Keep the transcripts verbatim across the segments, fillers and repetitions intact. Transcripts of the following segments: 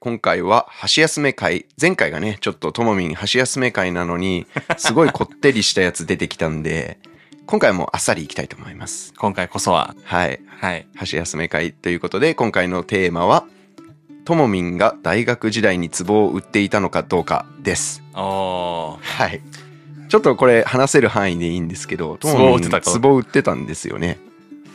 今回は箸休め会。前回がねちょっとともみん箸休め会なのにすごいこってりしたやつ出てきたんで今回もあっさりいきたいと思います。 今回こそははいはい箸休め会ということで、今回のテーマはともみんが大学時代に壺を売っていたのかどうかです。 おー、 はい、ちょっとこれ話せる範囲でいいんですけど、ともみん壺を売ってたんですよね。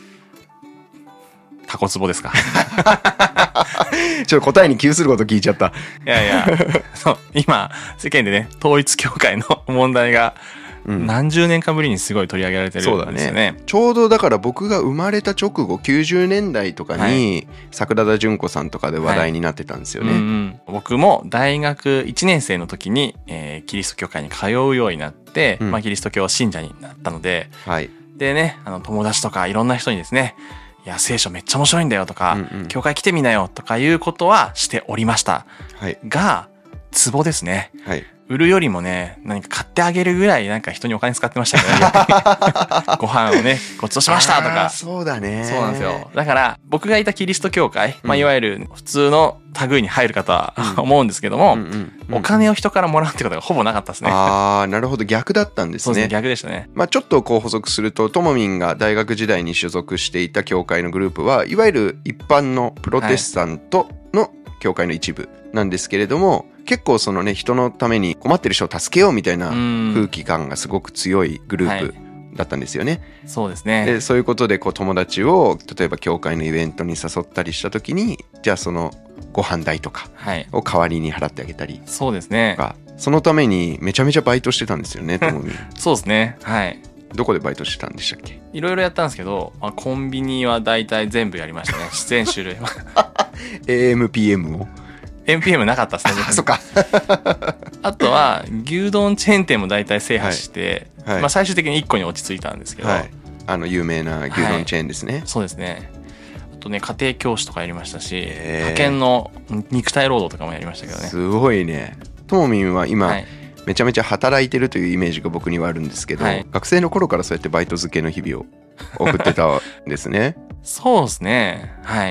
タコ壺ですかちょっと答えに窮すること聞いちゃった。 いやいやそう今世間でね統一教会の問題が何十年かぶりにすごい取り上げられてるんですよね。 そうだね。ちょうどだから僕が生まれた直後きゅうじゅうねんだいとかに、はい、桜田淳子さんとかで話題になってたんですよね。 はい、うんうん、僕も大学いちねん生の時に、えー、キリスト教会に通うようになって、うんまあ、キリスト教信者になったので、はい、でねあの友達とかいろんな人にですね、いや聖書めっちゃ面白いんだよとか、うんうん、教会来てみなよとかいうことはしておりました、はい、が壺ですね、はい、売るよりもね何か買ってあげるぐらいなんか人にお金使ってましたよねご飯をねごちそうしましたとか。 そうだね。 そうなんですよ。だから僕がいたキリスト教会、うんまあ、いわゆる普通の類に入る方は、うん、思うんですけども、うんうんうん、お金を人からもらうってことがほぼなかったですね。 ああなるほど、逆だったんですね。 そうですね、逆でしたね。 まあ、ちょっとこう補足すると、ともみんが大学時代に所属していた教会のグループはいわゆる一般のプロテスタントの教会の一部なんですけれども、はい、結構そのね人のために困ってる人を助けようみたいな空気感がすごく強いグループだったんですよね。 はい、そうですね。 でそういうことでこう友達を例えば教会のイベントに誘ったりした時に、じゃあそのご飯代とかを代わりに払ってあげたりとか、はい、 そうですね。 そのためにめちゃめちゃバイトしてたんですよねともみんそうですね。はい。 どこでバイトしてたんでしたっけ？ いろいろやったんですけど、まあ、コンビニは大体全部やりましたね。全種類エーエムピーエム をエムピーエム なかったですね。 あ、そっかあとは牛丼チェーン店も大体制覇して、はいはい、まあ、最終的にいっこに落ち着いたんですけど、はい、 あの有名な牛丼チェーンですね、はい、 そうですね。あとね家庭教師とかやりましたし、派遣の肉体労働とかもやりましたけどね。 すごいね。ともみんは今、はい、めちゃめちゃ働いてるというイメージが僕にはあるんですけど、はい、学生の頃からそうやってバイト漬けの日々を送ってたんですねそうですね。はい。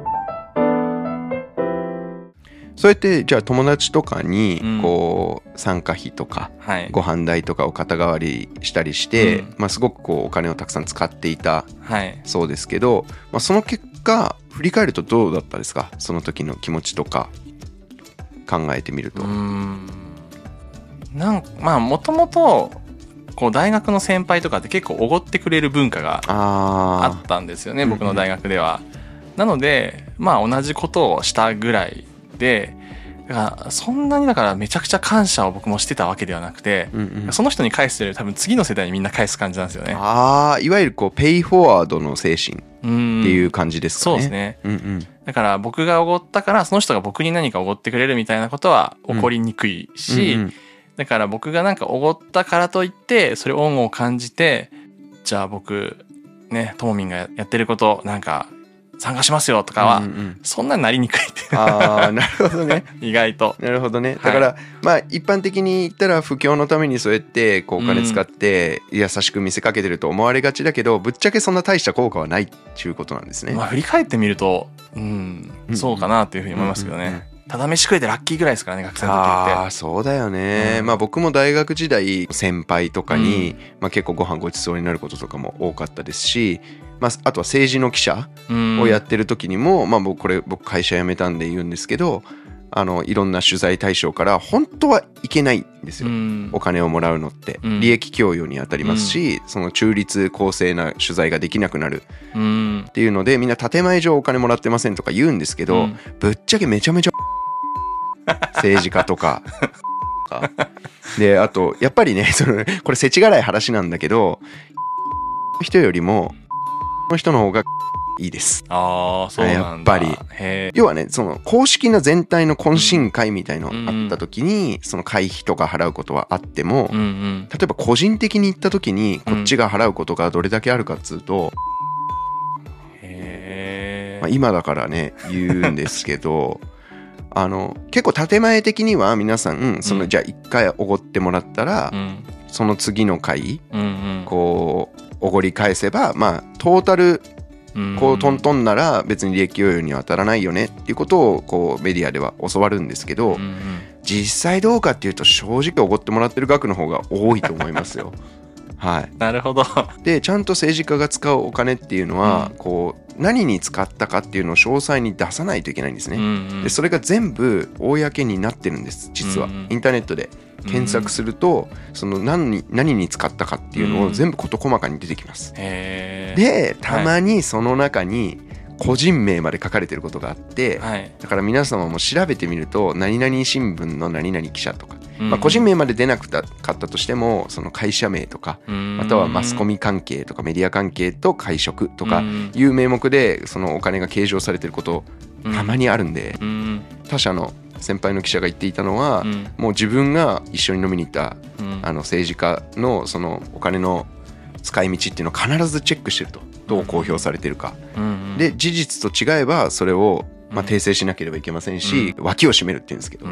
そうやってじゃあ友達とかにこう参加費とかご飯代とかを肩代わりしたりして、まあすごくこうお金をたくさん使っていたそうですけど、まあその結果振り返るとどうだったですか？その時の気持ちとか考えてみると。うーんなんまあもともとこう大学の先輩とかって結構おごってくれる文化があったんですよね、僕の大学では。なのでまあ同じことをしたぐらいで、だからそんなにだからめちゃくちゃ感謝を僕もしてたわけではなくて、うんうん、その人に返すより多分次の世代にみんな返す感じなんですよね。 ああ、いわゆるこうペイフォワードの精神っていう感じですかね。 そうですね、うんうん、だから僕がおごったからその人が僕に何かおごってくれるみたいなことは起こりにくいし、うんうんうん、だから僕がなんかおごったからといってそれ恩を感じて、じゃあ僕ねともみんがやってることなんか参加しますよとかは、うんうん、そんなになりにくいってああなるほどね意外となるほどね。だから、はい、まあ一般的に言ったら布教のためにそうやってこうお金使って優しく見せかけてると思われがちだけど、うん、ぶっちゃけそんな大した効果はないっていうことなんですね。 まあ振り返ってみると、うん、うん、そうかなっていうふうに思いますけどね、うんうんうん、ただ飯食えてラッキーぐらいですからね、学生の時って。 ああそうだよね、うん、まあ僕も大学時代先輩とかに、うんまあ、結構ご飯ごちそうになることとかも多かったですし、まあ、あとは政治の記者をやってる時にも、うん、まあ僕これ僕会社辞めたんで言うんですけど、あのいろんな取材対象から本当はいけないんですよ、うん、お金をもらうのって、うん、利益供与に当たりますし、うん、その中立公正な取材ができなくなるっていうので、みんな建前上お金もらってませんとか言うんですけど、うん、ぶっちゃけめちゃめちゃ政治家とかで、あとやっぱりねそのこれ世知辛い話なんだけど、人よりもの人の方がいいです。 ああ、そうなんだ。 やっぱり要はね、その公式な全体の懇親会みたいのあった時に、うん、その会費とか払うことはあっても、うんうん、例えば個人的に行った時にこっちが払うことがどれだけあるかっつうと、 へー、 まあ、今だからね言うんですけどあの結構建前的には皆さんその、うん、じゃあ一回おごってもらったら、うん、その次の回、うんうん、こうおごり返せば、まあトータルこうトントンなら別に利益供与には当たらないよねっていうことをこうメディアでは教わるんですけど、実際どうかっていうと正直おごってもらってる額の方が多いと思いますよ。はい、 なるほど。 でちゃんと政治家が使うお金っていうのは、うん、こう何に使ったかっていうのを詳細に出さないといけないんですね、うんうん、でそれが全部公になってるんです実は、うんうん、インターネットで検索すると、うん、その何に何に使ったかっていうのを全部事細かに出てきます、うん、でたまにその中に個人名まで書かれてることがあって、はい、だから皆様も調べてみると何々新聞の何々記者とか、まあ、個人名まで出なくたかったとしてもその会社名とかまたはマスコミ関係とかメディア関係と会食とかいう名目でそのお金が計上されてることたまにあるんで、他社の先輩の記者が言っていたのはもう自分が一緒に飲みに行ったあの政治家のそのお金の使い道っていうのを必ずチェックしてると、どう公表されてるかで事実と違えばそれをまあ訂正しなければいけませんし、うん、脇を締めるっていうんですけど、うん、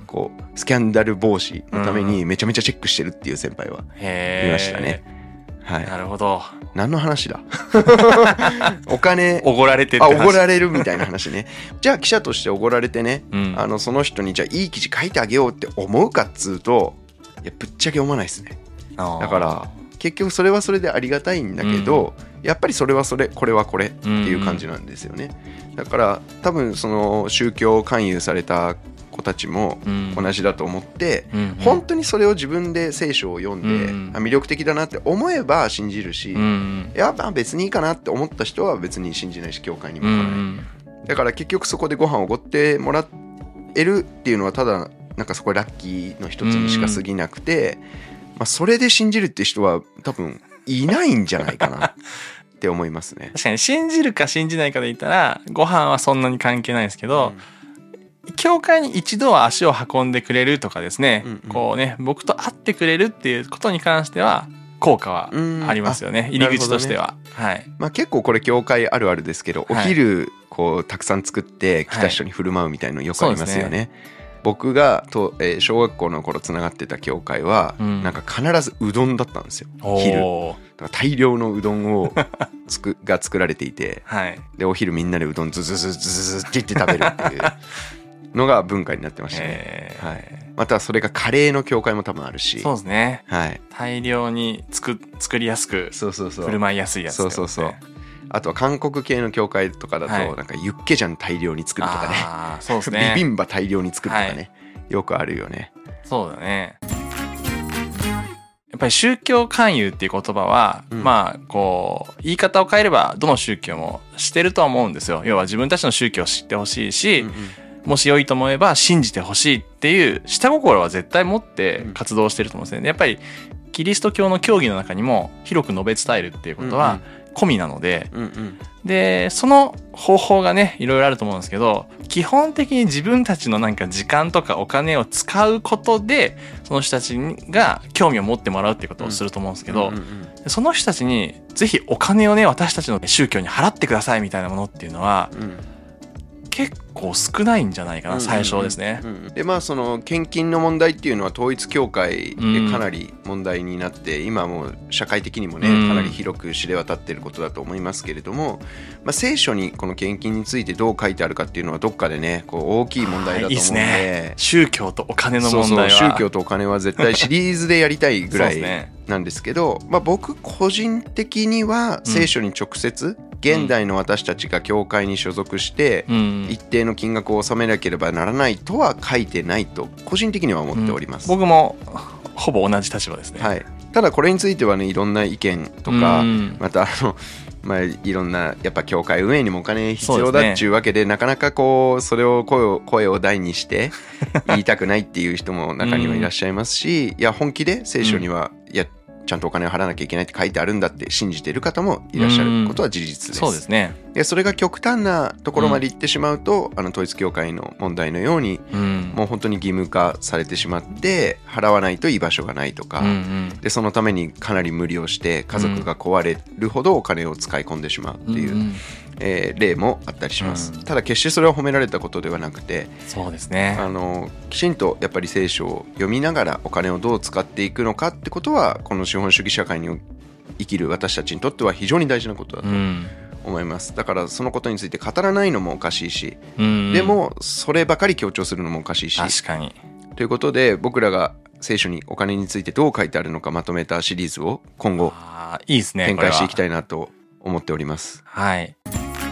こうスキャンダル防止のためにめちゃめちゃチェックしてるっていう先輩は見ましたね。はい、 なるほど。 何の話だお金おごられてるあおごられるみたいな話ね。じゃあ記者としておごられてね、うん、あのその人にじゃあいい記事書いてあげようって思うかっつうといやぶっちゃけ思わないですね。だから結局それはそれでありがたいんだけど、うん、やっぱりそれはそれこれはこれっていう感じなんですよね、うん、だから多分その宗教勧誘された子たちも同じだと思って、うん、本当にそれを自分で聖書を読んで、うん、魅力的だなって思えば信じるし、うん、いやまあ別にいいかなって思った人は別に信じないし教会にも来ない、うん、だから結局そこでご飯をおごってもらえるっていうのはただなんかそこラッキーの一つにしか過ぎなくて、うんまあ、それで信じるって人は多分いないんじゃないかなって思いますね。 確かに信じるか信じないかで言ったらご飯はそんなに関係ないですけど、うん、教会に一度は足を運んでくれるとかですね、うんうん、こうね僕と会ってくれるっていうことに関しては効果はありますよね、入り口としては、ねはいまあ、結構これ教会あるあるですけど、はい、お昼こうたくさん作って来た人に振る舞うみたいなのよくありますよね、はい僕がと、えー、小学校の頃つながってた教会は、うん、なんか必ずうどんだったんですよ昼だから大量のうどんをつくが作られていて、はい、でお昼みんなでうどんズズズズズズって言って食べるっていうのが文化になってましたね、はい、またそれがカレーの教会も多分あるしそうですね、はい、大量に作作りやすくそうそうそう振る舞いやすいやつ、ね、そうそうそうあとは韓国系の教会とかだとなんかユッケジャン大量に作るとかね、 はい、そうですねビビンバ大量に作るとかね、はい、よくあるよね。 そうだね。やっぱり宗教勧誘っていう言葉は、うん、まあこう言い方を変えればどの宗教もしてるとは思うんですよ。要は自分たちの宗教を知ってほしいし、うんうん、もし良いと思えば信じてほしいっていう下心は絶対持って活動してると思うんですね。やっぱりキリスト教の教義の中にも広く述べ伝えるっていうことは、うんうん込みなので、うんうん、でその方法がねいろいろあると思うんですけど基本的に自分たちのなんか時間とかお金を使うことでその人たちが興味を持ってもらうっていうことをすると思うんですけど、うんうんうんうん、その人たちにぜひお金をね私たちの宗教に払ってくださいみたいなものっていうのは、うん結構少ないんじゃないかな、うんうんうん、最初ですね。 でまあその献金の問題っていうのは統一教会でかなり問題になって、うん、今もう社会的にもねかなり広く知れ渡っていることだと思いますけれども、まあ、聖書にこの献金についてどう書いてあるかっていうのはどっかでねこう大きい問題だと思うので、いいですね、 宗教とお金の問題はそうそう宗教とお金は絶対シリーズでやりたいぐらいなんですけどまあ、僕個人的には聖書に直接、うん現代の私たちが教会に所属して一定の金額を納めなければならないとは書いてないと個人的には思っております、 うん、僕もほぼ同じ立場ですね、 はい、ただこれについてはねいろんな意見とか、うん、またあのまあ、いろんなやっぱ教会運営にもお金必要だっていうわけ で, で、ね、なかなかこうそれを声を声を大にして言いたくないっていう人も中にはいらっしゃいますし、うん、いや本気で聖書には、うん、いやちゃんとお金を払わなきゃいけないって書いてあるんだって信じている方もいらっしゃることは事実です。 そうですね。 でそれが極端なところまで行ってしまうと、うん、あの統一教会の問題のように、うん、もう本当に義務化されてしまって払わないと居場所がないとか、うんうん、でそのためにかなり無理をして家族が壊れるほどお金を使い込んでしまうっていう、うんうんえー、例もあったりします、うん、ただ決してそれは褒められたことではなくてそうですねあのきちんとやっぱり聖書を読みながらお金をどう使っていくのかってことはこの資本主義社会に生きる私たちにとっては非常に大事なことだと思います。だからそのことについて語らないのもおかしいし、でもそればかり強調するのもおかしいし、 確かに。 ということで僕らが聖書にお金についてどう書いてあるのかまとめたシリーズを今後いいですね、 展開していきたいなと思っております。 はい。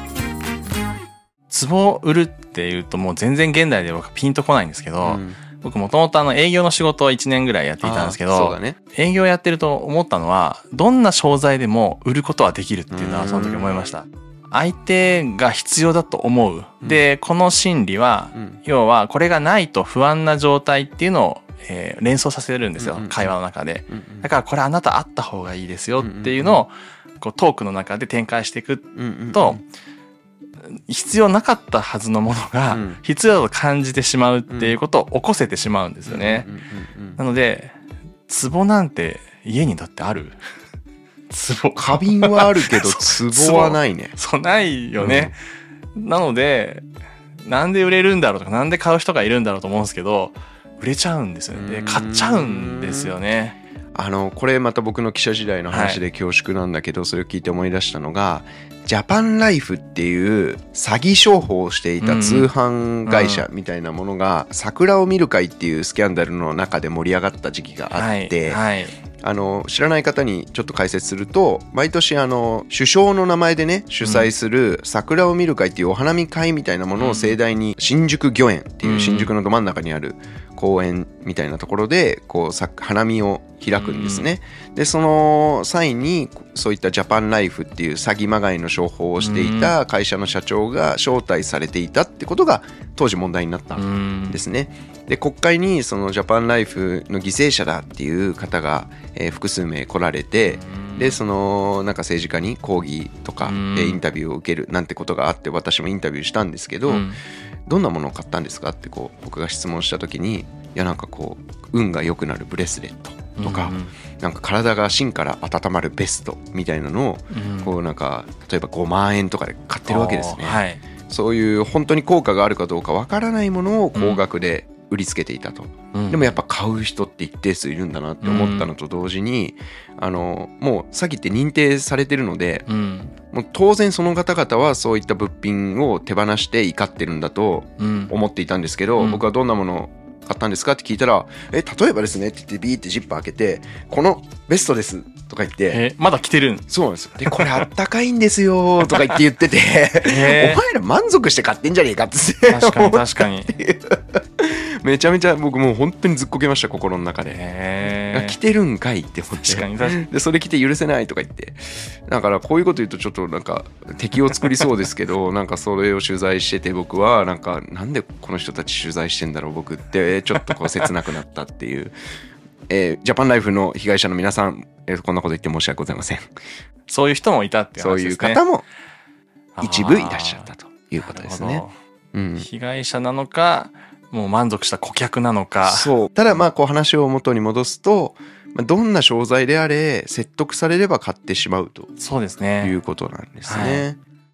壺を売るっていうともう全然現代で僕ピンとこないんですけど、うん、僕もともとあの営業の仕事をいちねんぐらいやっていたんですけど、 そうだね、 営業やってると思ったのはどんな商材でも売ることはできるっていうのはその時思いました。相手が必要だと思う。で、この心理は、うん、要はこれがないと不安な状態っていうのをえー、連想させるんですよ、うんうん、会話の中で、うんうん、だからこれあなたあった方がいいですよっていうのをこうトークの中で展開していくと、うんうん、必要なかったはずのものが必要だと感じてしまうっていうことを起こせてしまうんですよね。なので壺なんて家にだってある壺花瓶はあるけど壺はないね。 そうないよね、うん、なのでなんで売れるんだろうとかなんで買う人がいるんだろうと思うんですけど売れちゃうんですよね。で買っちゃうんですよね。 あのこれまた僕の記者時代の話で恐縮なんだけど、はい、それを聞いて思い出したのがジャパンライフっていう詐欺商法をしていた通販会社みたいなものが、うん、桜を見る会っていうスキャンダルの中で盛り上がった時期があって、はいはい、あの知らない方にちょっと解説すると毎年あの首相の名前でね主催する桜を見る会っていうお花見会みたいなものを盛大に新宿御苑っていう新宿のど真ん中にある公園みたいなところでこう花見を開くんですね。でその際にそういったジャパンライフっていう詐欺まがいの商法をしていた会社の社長が招待されていたってことが当時問題になったんですね。で国会にそのジャパンライフの犠牲者だっていう方が、えー、複数名来られて、でそのなんか政治家に抗議とか、えー、インタビューを受けるなんてことがあって私もインタビューしたんですけど、どんなものを買ったんですかってこう僕が質問した時に、いやなんかこう運が良くなるブレスレットとか、うんうん、なんか体が芯から温まるベストみたいなのを、うん、こうなんか例えばごまんえんとかで買ってるわけですね、はい、そういう本当に効果があるかどうかわからないものを高額で売りつけていたと、うん、でもやっぱ買う人って一定数いるんだなって思ったのと同時に、うん、あのもう詐欺って認定されてるので、うん、もう当然その方々はそういった物品を手放して怒ってるんだと思っていたんですけど、うん、僕はどんなものを買ったんですかって聞いたら、え例えばですねって言ってビーってジップ開けてこのベストですとか言って、 えまだ着てるん？ そうなんですよ。でこれあったかいんですよとか言って言っててお前ら満足して買ってんじゃねえかって確かに確かにめちゃめちゃ僕もう本当にずっこけました心の中で。着てるんかいって思って、 確かに確かにでそれ着て許せないとか言って、だからこういうこと言うとちょっとなんか敵を作りそうですけどなんかそれを取材してて僕はなんかなんでこの人たち取材してんだろう僕ってちょっとこう切なくなったっていうえー、ジャパンライフの被害者の皆さん、えー、こんなこと言って申し訳ございません。 そういう人もいたっていう話ですね。 そういう方も一部いらっしゃったということですね。 うん、被害者なのかもう満足した顧客なのか。 そう。ただまあこう話を元に戻すと、どんな商材であれ説得されれば買ってしまうとそうですねいうことなんですね。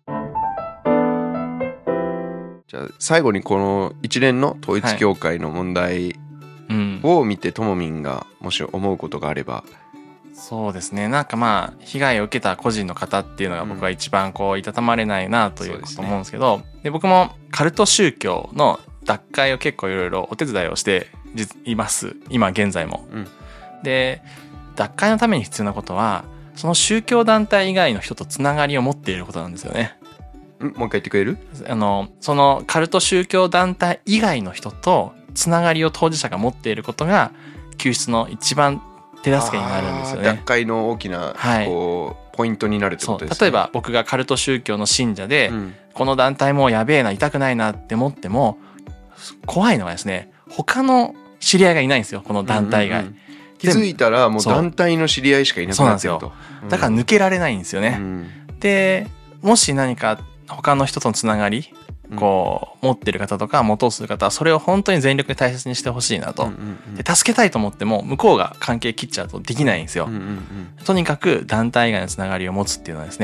はい、じゃあ最後にこの一連の統一教会の問題を見てともみんがもし思うことがあれば。 そうですね、なんかまあ被害を受けた個人の方っていうのが僕は一番こういたたまれないなということ思うんですけど、うん、で僕もカルト宗教の脱会を結構いろいろお手伝いをしています今現在も、うん、で脱会のために必要なことはその宗教団体以外の人とつながりを持っていることなんですよね。 んもう一回言ってくれる？ あのそのカルト宗教団体以外の人とつながりを当事者が持っていることが救出の一番手助けになるんですよね。 脱会の大きなこう、はい、ポイントになるってことですね。 例えば僕がカルト宗教の信者で、うん、この団体もうやべえな痛くないなって思っても怖いのがですね他の知り合いがいないんですよこの団体以外、うんうんうん、 気づいたらもう団体の知り合いしかいなくなってると。 うん、だから抜けられないんですよね。うん、でもし何か他の人とのつながりこう持ってる方とか持とうする方はそれを本当に全力で大切にしてほしいなと、うんうんうん、で助けたいと思っても向こうが関係切っちゃうとできないんですよ、うんうんうん、とにかく団体以外のつながりを持つっていうのはですね、うん、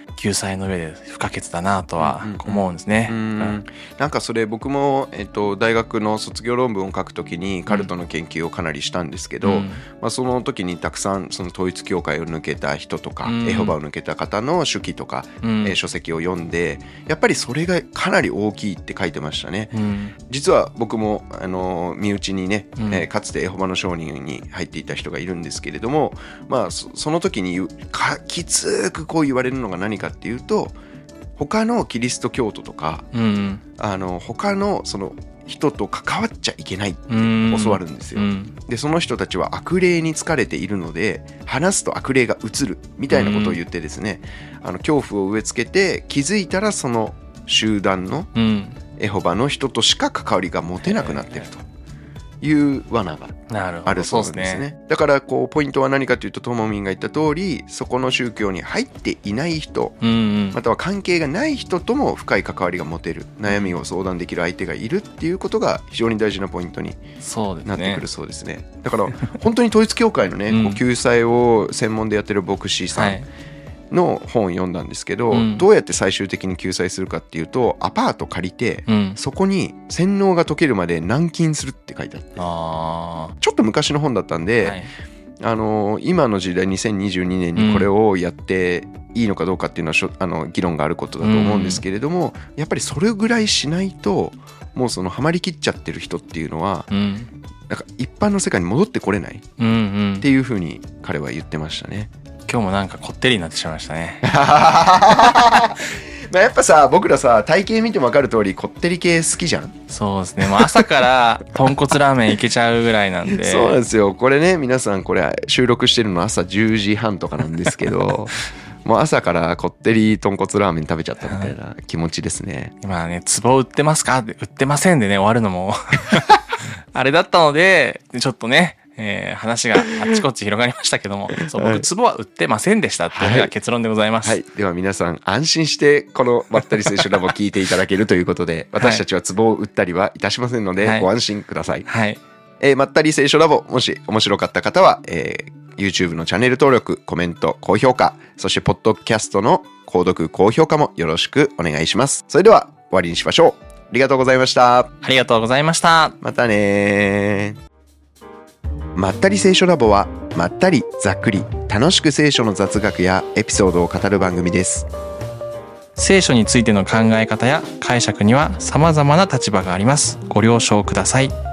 救済の上で不可欠だなとは思うんですね。 うんうんうんうん、なんかそれ僕も、えっと、大学の卒業論文を書くときにカルトの研究をかなりしたんですけど、うんまあ、その時にたくさんその統一教会を抜けた人とか、うん、エホバを抜けた方の手記とか、うんえー、書籍を読んでやっぱりそれがかなり大きいって書いてましたね。うん、実は僕もあの身内にね、うんえー、かつてエホバの証人に入っていた人がいるんですけれども、まあ、そ, その時にかきつくこう言われるのが何かっていうと他のキリスト教徒とか、うん、あの他のその人と関わっちゃいけないって教わるんですよ、うん、でその人たちは悪霊に疲れているので話すと悪霊が移るみたいなことを言ってですね、うん、あの恐怖を植え付けて気づいたらその集団のエホバの人としか関わりが持てなくなってるという罠があるそうなんですね。だからこうポイントは何かというとともみんが言った通りそこの宗教に入っていない人、うんうん、または関係がない人とも深い関わりが持てる悩みを相談できる相手がいるっていうことが非常に大事なポイントになってくるそうですね。だから本当に統一教会のね、うん、こう救済を専門でやってる牧師さん、はいの本を読んだんですけど、うん、どうやって最終的に救済するかっていうとアパート借りて、うん、そこに洗脳が解けるまで軟禁するって書いてあってあちょっと昔の本だったんで、はい、あの今の時代にせんにじゅうにねんにこれをやっていいのかどうかっていうのはしょあの議論があることだと思うんですけれども、うん、やっぱりそれぐらいしないともうそのハマりきっちゃってる人っていうのは、うん、なんか一般の世界に戻ってこれないっていうふうに彼は言ってましたね。 今日もなんかこってりになってしまいましたねまあやっぱさ僕らさ体型見ても分かる通りこってり系好きじゃん。 そうですね、もう朝から豚骨ラーメンいけちゃうぐらいなんでそうなんですよ。これね皆さんこれ収録してるの朝じゅうじはんとかなんですけどもう朝からこってり豚骨ラーメン食べちゃったみたいな気持ちですね。 今ね壺売ってますかって売ってませんでね終わるのもあれだったのでちょっとねえー、話があっちこっち広がりましたけどもそう僕壺は売ってませんでしたっていうのが結論でございます、 はいはい、では皆さん安心してこのまったり聖書ラボを聞いていただけるということで私たちは壺を売ったりはいたしませんので、はい、ご安心ください、はいえー、まったり聖書ラボもし面白かった方は、えー、YouTube のチャンネル登録コメント高評価そしてポッドキャストの購読高評価もよろしくお願いします。それでは終わりにしましょう。ありがとうございました。 ありがとうございました。 またね。まったり聖書ラボはまったりざっくり楽しく聖書の雑学やエピソードを語る番組です。 聖書についての考え方や解釈には様々な立場があります。ご了承ください。